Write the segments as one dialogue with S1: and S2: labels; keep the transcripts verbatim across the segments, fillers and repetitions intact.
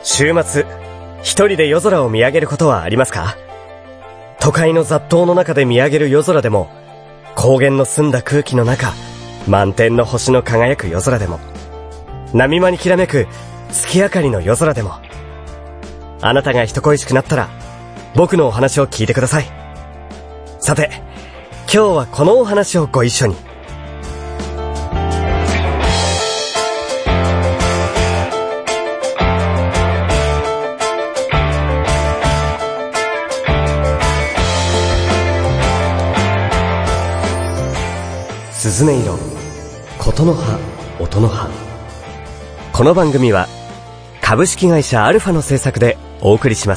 S1: 週末、一人で夜空を見上げることはありますか？都会の雑踏の中で見上げる夜空でも、高原の澄んだ空気の中、満天の星の輝く夜空でも、波間にきらめく月明かりの夜空でも、あなたが人恋しくなったら、僕のお話を聞いてください。さて、今日はこのお話をご一緒に。鈴音色、琴の葉、音の葉。この番組は株式会社アルファの制作でお送りします。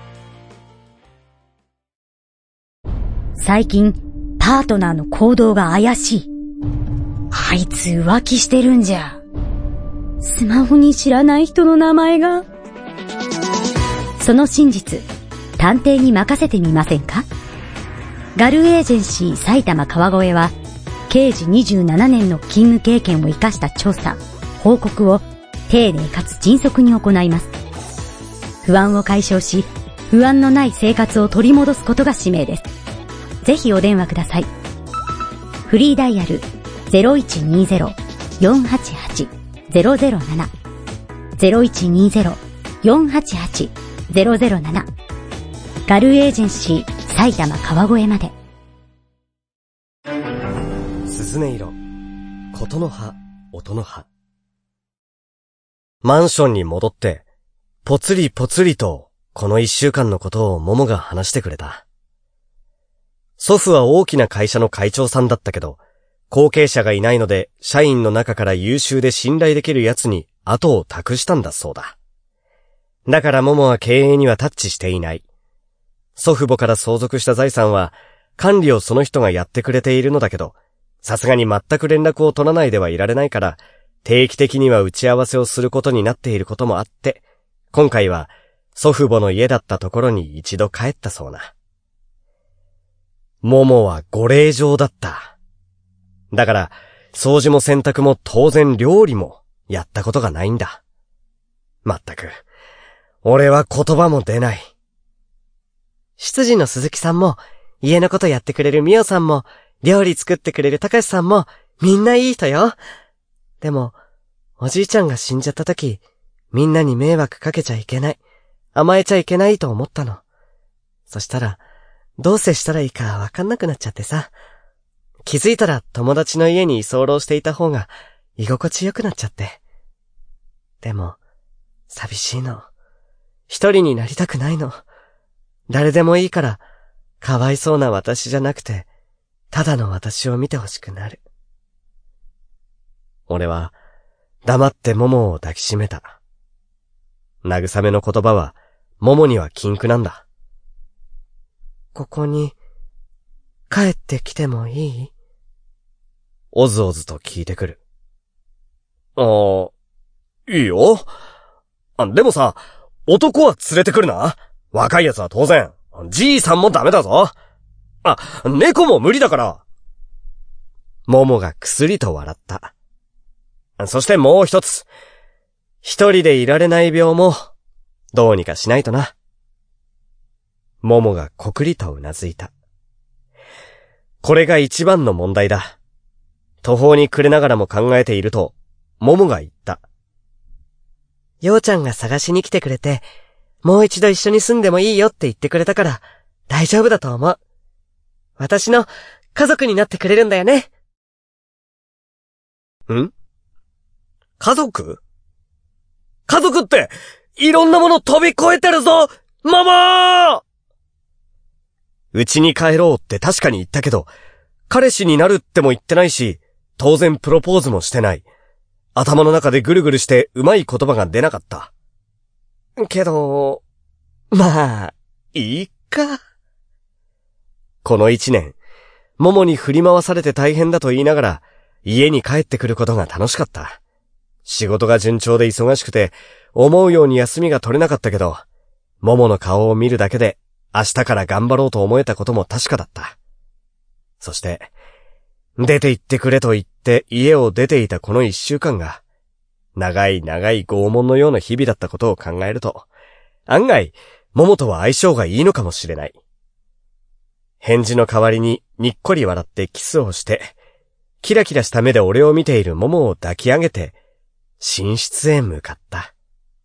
S2: 最近パートナーの行動が怪しい。あいつ浮気してるんじゃ。スマホに知らない人の名前が。その真実、探偵に任せてみませんか？ガルエージェンシー埼玉川越は刑事にじゅうななねんの勤務経験を生かした調査、報告を丁寧かつ迅速に行います。不安を解消し、不安のない生活を取り戻すことが使命です。ぜひお電話ください。フリーダイヤル ゼロいちにゼロ よんはちはち ゼロゼロなな ゼロいちにゼロ よんはちはち ゼロゼロなな ガルエージェンシー埼玉川越まで。
S1: 鈴音色、琴の葉、音の葉。マンションに戻って、ぽつりぽつりと、この一週間のことを桃が話してくれた。祖父は大きな会社の会長さんだったけど、後継者がいないので、社員の中から優秀で信頼できる奴に後を託したんだそうだ。だから桃は経営にはタッチしていない。祖父母から相続した財産は、管理をその人がやってくれているのだけど、さすがに全く連絡を取らないではいられないから、定期的には打ち合わせをすることになっていることもあって、今回は祖父母の家だったところに一度帰ったそうな。桃はご令嬢だった。だから、掃除も洗濯も当然料理もやったことがないんだ。まったく、俺は言葉も出ない。執事の鈴木さんも、家のことやってくれるみおさんも、料理作ってくれるたかしさんも、みんないい人よ。でも、おじいちゃんが死んじゃった時、みんなに迷惑かけちゃいけない。甘えちゃいけないと思ったの。そしたら、どう接したらいいかわかんなくなっちゃってさ。気づいたら友達の家に居候していた方が居心地よくなっちゃって。でも、寂しいの。一人になりたくないの。誰でもいいから、かわいそうな私じゃなくて、ただの私を見てほしくなる。俺は黙って桃を抱きしめた。慰めの言葉は桃には禁句なんだ。ここに帰ってきてもいい？おずおずと聞いてくる。ああ、いいよ。あ、でもさ、男は連れてくるな。若いやつは当然。じいさんもダメだぞ。あ、猫も無理だから。桃がくすりと笑った。そしてもう一つ。一人でいられない病も、どうにかしないとな。桃がこくりとうなずいた。これが一番の問題だ。途方に暮れながらも考えていると、桃が言った。ようちゃんが探しに来てくれて、もう一度一緒に住んでもいいよって言ってくれたから、大丈夫だと思う。私の家族になってくれるんだよね。ん？家族？家族って、いろんなもの飛び越えてるぞ！ママー！うちに帰ろうって確かに言ったけど、彼氏になるっても言ってないし、当然プロポーズもしてない。頭の中でぐるぐるしてうまい言葉が出なかった。けど、まあ、いいか。この一年、桃に振り回されて大変だと言いながら、家に帰ってくることが楽しかった。仕事が順調で忙しくて、思うように休みが取れなかったけど、桃の顔を見るだけで、明日から頑張ろうと思えたことも確かだった。そして、出て行ってくれと言って家を出ていたこの一週間が、 長い長い拷問のような日々だったことを考えると、案外、桃とは相性がいいのかもしれない。返事の代わりににっこり笑ってキスをして、キラキラした目で俺を見ている桃を抱き上げて、寝室へ向かった。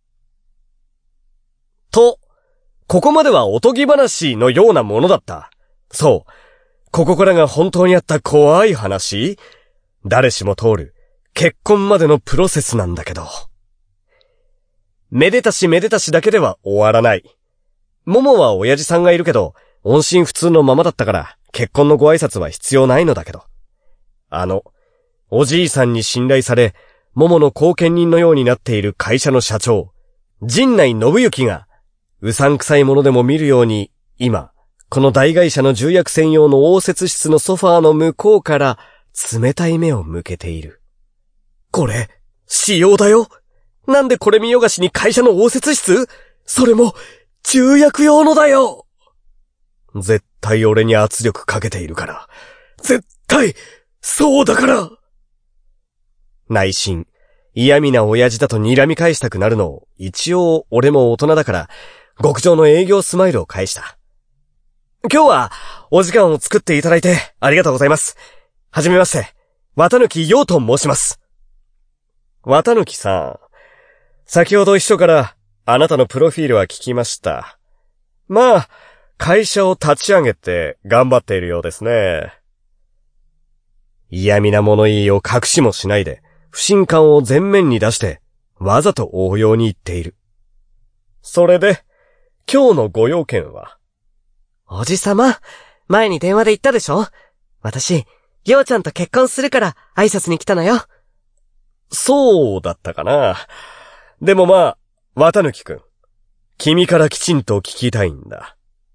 S1: と、ここまではおとぎ話のようなものだった。そう。ここからが本当にあった怖い話？誰しも通る結婚までのプロセスなんだけど。めでたしめでたしだけでは終わらない。桃は親父さんがいるけど、音信不通のままだったから結婚のご挨拶は必要ないのだけど。あの、おじいさんに信頼され、桃の後見人のようになっている会社の社長、陣内信行が、うさんくさいものでも見るように、今、この大会社の重役専用の応接室のソファーの向こうから、冷たい目を向けている。これ、仕様だよ。なんでこれ見よがしに会社の応接室？それも、重役用のだよ。絶対俺に圧力かけているから。絶対、そうだから。内心、嫌味な親父だと睨み返したくなるのを、一応俺も大人だから、極上の営業スマイルを返した。今日は、お時間を作っていただいてありがとうございます。はじめまして、綿貫陽と申します。綿貫さん、先ほど秘書からあなたのプロフィールは聞きました。まあ、会社を立ち上げて頑張っているようですね。嫌味な物言いを隠しもしないで、不信感を前面に出して、わざと応用に言っている。それで、今日のご用件は？
S3: おじさま、前に電話で言ったでしょ？私、りょうちゃんと結婚するから挨拶に来たのよ。
S1: そうだったかな。でもまあ、綿貫くん、君からきちんと聞きたいんだ。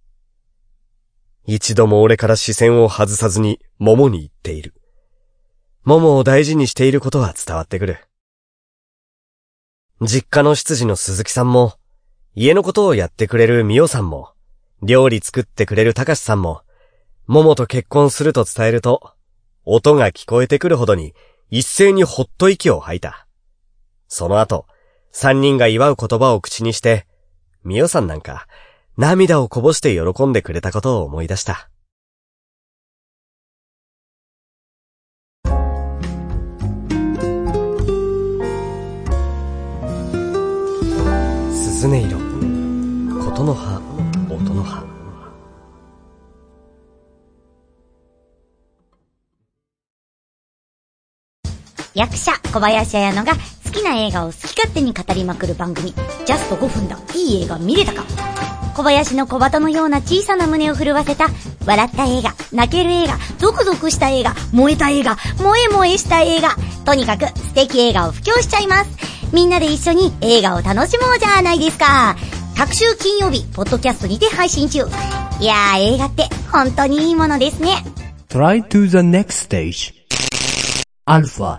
S1: 一度も俺から視線を外さずに桃に言っている。桃を大事にしていることは伝わってくる。実家の執事の鈴木さんも、家のことをやってくれる美代さんも、料理作ってくれる高志さんも、桃と結婚すると伝えると、音が聞こえてくるほどに一斉にほっと息を吐いた。その後、三人が祝う言葉を口にして、美代さんなんか涙をこぼして喜んでくれたことを思い出した。鈴音色、琴の葉、音の葉。
S2: 役者小林彩乃が好きな映画を好き勝手に語りまくる番組、ジャストごふんだいい映画見れたか。小林の小鳩のような小さな胸を震わせた笑った映画、泣ける映画、ゾクゾクした映画、燃えた映画、萌え萌えした映画、とにかく素敵映画を布教しちゃいます。みんなで一緒に映画を楽しもうじゃないですか。各週金曜日ポッドキャストにて配信中。いやー、映画って本当にいいものですね。
S4: Try to the next stage. アルファ。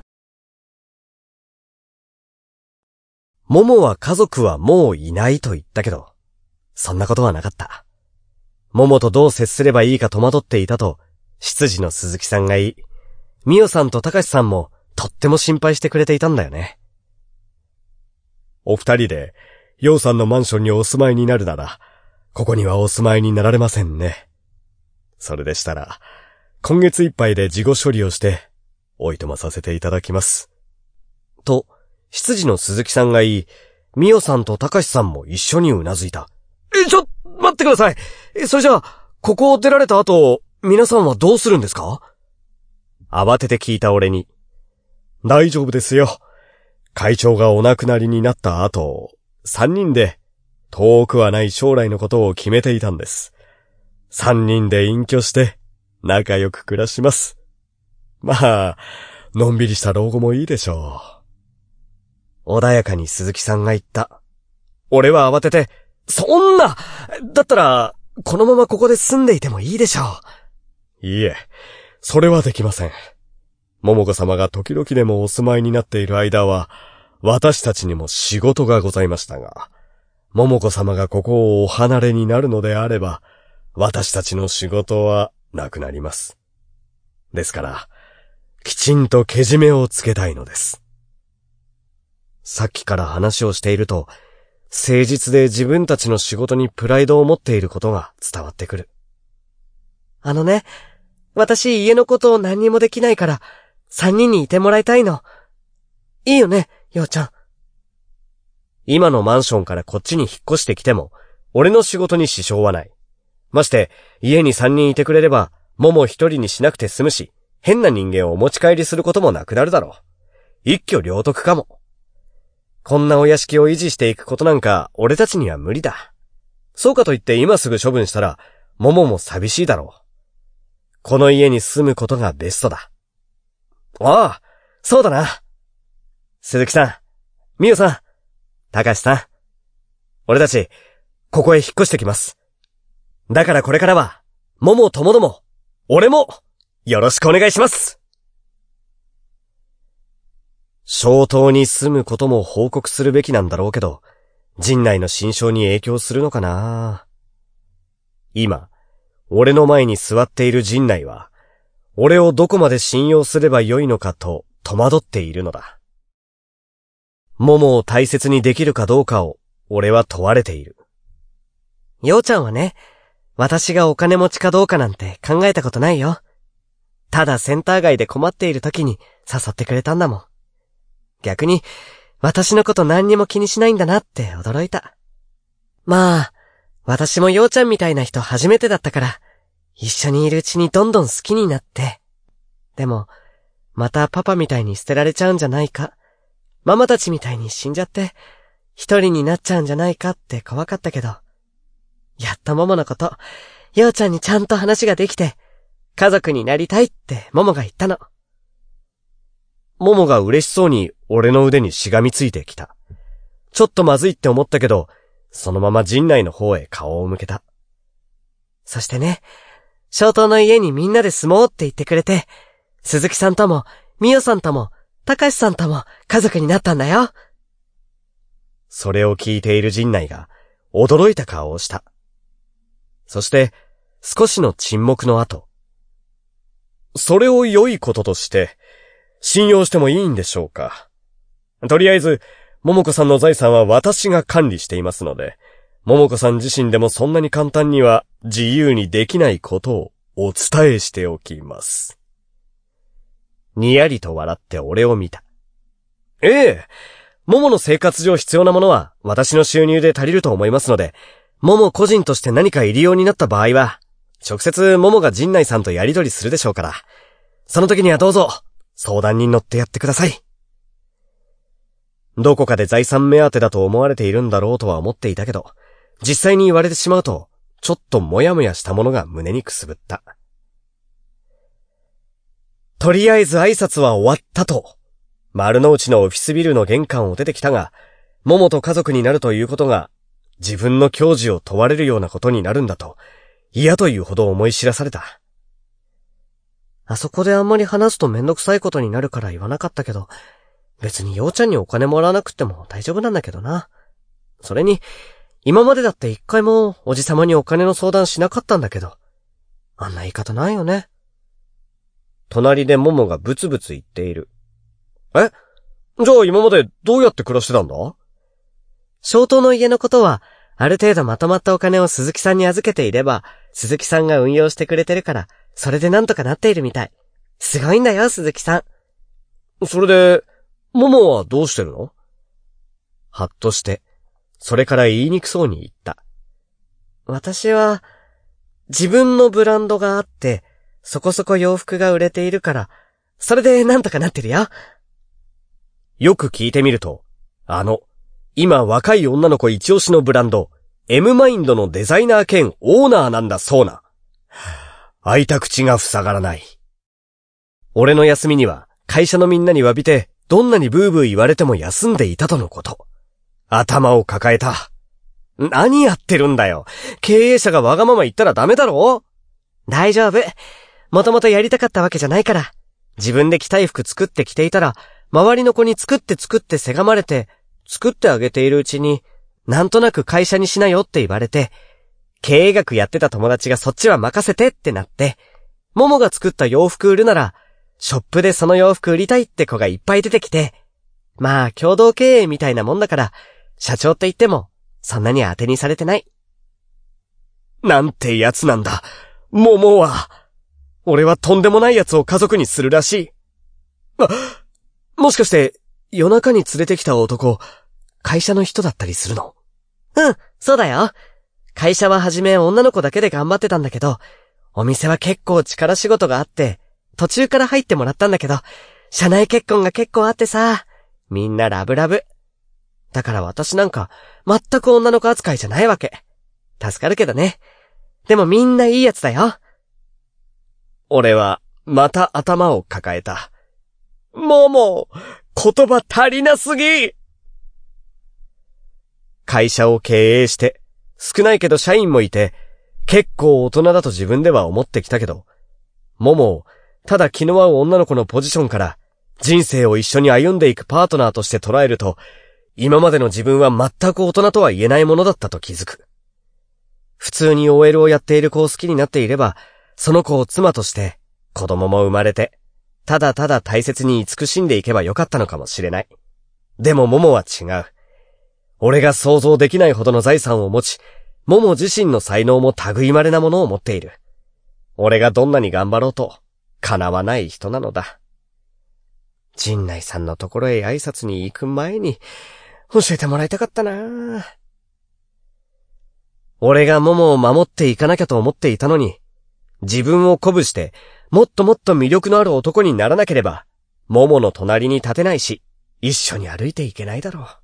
S1: 桃は家族はもういないと言ったけど、そんなことはなかった。桃とどう接すればいいか戸惑っていたと、執事の鈴木さんが言い、美代さんと高志さんもとっても心配してくれていたんだよね。お二人で、陽さんのマンションにお住まいになるなら、ここにはお住まいになられませんね。それでしたら、今月いっぱいで事後処理をして、おいとまさせていただきます。と、執事の鈴木さんが言い、美代さんと高志さんも一緒にうなずいた。え、ちょ、待ってください。え、それじゃあ、ここを出られた後、皆さんはどうするんですか？慌てて聞いた俺に。大丈夫ですよ。会長がお亡くなりになった後、三人で、遠くはない将来のことを決めていたんです。三人で隠居して、仲良く暮らします。まあ、のんびりした老後もいいでしょう。穏やかに鈴木さんが言った。俺は慌てて、そんな！だったら、このままここで住んでいてもいいでしょう。いいえ、それはできません。桃子様が時々でもお住まいになっている間は、私たちにも仕事がございましたが、桃子様がここをお離れになるのであれば、私たちの仕事はなくなります。ですから、きちんとけじめをつけたいのです。 さっきから話をしていると、誠実で自分たちの仕事にプライドを持っていることが伝わってくる。
S3: あのね、私家のことを何にもできないから、三人にいてもらいたいの。いいよね、ようちゃん。
S1: 今のマンションからこっちに引っ越してきても、俺の仕事に支障はない。まして、家に三人いてくれれば、もも一人にしなくて済むし、変な人間をお持ち帰りすることもなくなるだろう。一挙両得かも。こんなお屋敷を維持していくことなんか、俺たちには無理だ。そうかといって今すぐ処分したら、ももも寂しいだろう。この家に住むことがベストだ。ああ、そうだな。鈴木さん、みよさん、たかしさん。俺たち、ここへ引っ越してきます。だからこれからは、ももともども、俺も、よろしくお願いします。小島に住むことも報告するべきなんだろうけど、陣内の心象に影響するのかな。今、俺の前に座っている陣内は、俺をどこまで信用すればよいのかと戸惑っているのだ。桃を大切にできるかどうかを、俺は問われている。
S3: ようちゃんはね、私がお金持ちかどうかなんて考えたことないよ。ただセンター街で困っている時に誘ってくれたんだもん。逆に、私のこと何にも気にしないんだなって驚いた。まあ、私もようちゃんみたいな人初めてだったから、一緒にいるうちにどんどん好きになって。でも、またパパみたいに捨てられちゃうんじゃないか。ママたちみたいに死んじゃって、一人になっちゃうんじゃないかって怖かったけど、やっとモモのこと、ようちゃんにちゃんと話ができて、家族になりたいってモモが言ったの。
S1: モモが嬉しそうに俺の腕にしがみついてきた。ちょっとまずいって思ったけど、そのまま陣内の方へ顔を向けた。
S3: そしてね、小島の家にみんなで住もうって言ってくれて、鈴木さんとも、みよさんとも、たかしさんとも家族になったんだよ。
S1: それを聞いている陣内が驚いた顔をした。そして少しの沈黙の後、それを良いこととして信用してもいいんでしょうか。とりあえず、桃子さんの財産は私が管理していますので、桃子さん自身でもそんなに簡単には自由にできないことをお伝えしておきます。にやりと笑って俺を見た。ええ、桃の生活上必要なものは私の収入で足りると思いますので、桃個人として何か入りようになった場合は、直接桃が陣内さんとやり取りするでしょうから、その時にはどうぞ相談に乗ってやってください。どこかで財産目当てだと思われているんだろうとは思っていたけど、実際に言われてしまうと、ちょっともやもやしたものが胸にくすぶった。とりあえず挨拶は終わったと、丸の内のオフィスビルの玄関を出てきたが、桃と家族になるということが、自分の矜持を問われるようなことになるんだと、嫌というほど思い知らされた。
S3: あそこであんまり話すとめんどくさいことになるから言わなかったけど、別にようちゃんにお金もらわなくても大丈夫なんだけどな。それに、今までだって一回もおじさまにお金の相談しなかったんだけど、あんな言い方ないよね。
S1: 隣でモモがブツブツ言っている。え？じゃあ今までどうやって暮らしてたんだ？
S3: 小島の家のことは、ある程度まとまったお金を鈴木さんに預けていれば、鈴木さんが運用してくれてるから、それでなんとかなっているみたい。すごいんだよ、鈴木さ
S1: ん。それで、モモはどうしてるの？はっとして、それから言いにくそうに言った。
S3: 私は、自分のブランドがあって、そこそこ洋服が売れているから、それでなんとかなってるよ。
S1: よく聞いてみると、あの、今若い女の子一押しのブランド、M マインドのデザイナー兼オーナーなんだそうな。開いた口が塞がらない。俺の休みには会社のみんなに詫びて、どんなにブーブー言われても休んでいたとのこと。頭を抱えた。何やってるんだよ。経営者がわがまま言ったらダメだろ？
S3: 大丈夫。もともとやりたかったわけじゃないから。自分で着たい服作って着ていたら、周りの子に作って作ってせがまれて、作ってあげているうちに、なんとなく会社にしなよって言われて、経営学やってた友達がそっちは任せてってなって、モモが作った洋服売るなら、ショップでその洋服売りたいって子がいっぱい出てきて、 まあ、共同経営みたいなもんだから、社長って言っても、そんなに当てにされてない。
S1: なんてやつなんだ、桃は。俺はとんでもないやつを家族にするらしい。あ、もしかして、夜中に連れてきた男、会社の人だったりするの？
S3: うん、そうだよ。会社ははじめ女の子だけで頑張ってたんだけど、お店は結構力仕事があって、途中から入ってもらったんだけど、社内結婚が結構あってさ、みんなラブラブ。だから私なんか、全く女の子扱いじゃないわけ。助かるけどね。でもみんないいやつだよ。
S1: 俺は、また頭を抱えた。もも、言葉足りなすぎ！会社を経営して、少ないけど社員もいて、結構大人だと自分では思ってきたけど、ももを、ただ気の合う女の子のポジションから、人生を一緒に歩んでいくパートナーとして捉えると、今までの自分は全く大人とは言えないものだったと気づく。普通に オーエル をやっている子を好きになっていれば、その子を妻として、子供も生まれて、ただただ大切に慈しんでいけばよかったのかもしれない。でもモモは違う。俺が想像できないほどの財産を持ち、モモ自身の才能も類まれなものを持っている。俺がどんなに頑張ろうと、叶わない人なのだ。陣内さんのところへ挨拶に行く前に、教えてもらいたかったな。俺がモモを守っていかなきゃと思っていたのに、自分を鼓舞して、もっともっと魅力のある男にならなければ、モモの隣に立てないし、一緒に歩いていけないだろう。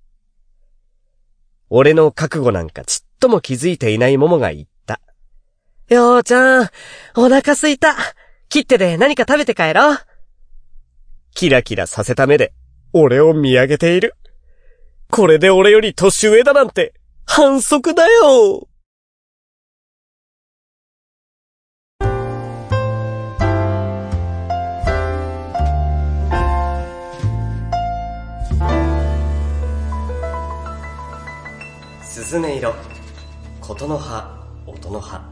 S1: 俺の覚悟なんかちっとも気づいていないモモが言った。
S3: ようちゃん、お腹すいた。切手で何か食べて帰ろう。
S1: キラキラさせた目で、俺を見上げている。これで俺より年上だなんて、反則だよ。
S3: 鈴音色、琴の葉、音の葉。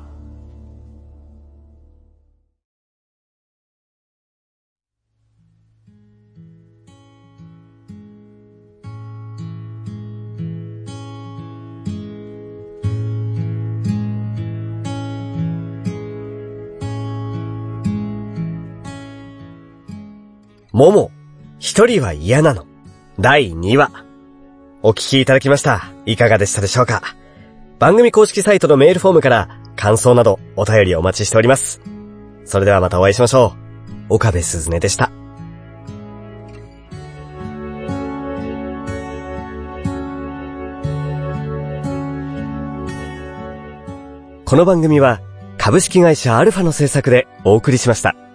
S1: モモ、一人は嫌なの。だいにわ。お聞きいただきました。いかがでしたでしょうか？番組公式サイトのメールフォームから感想などお便りお待ちしております。それではまたお会いしましょう。岡部すずねでした。この番組は株式会社アルファの制作でお送りしました。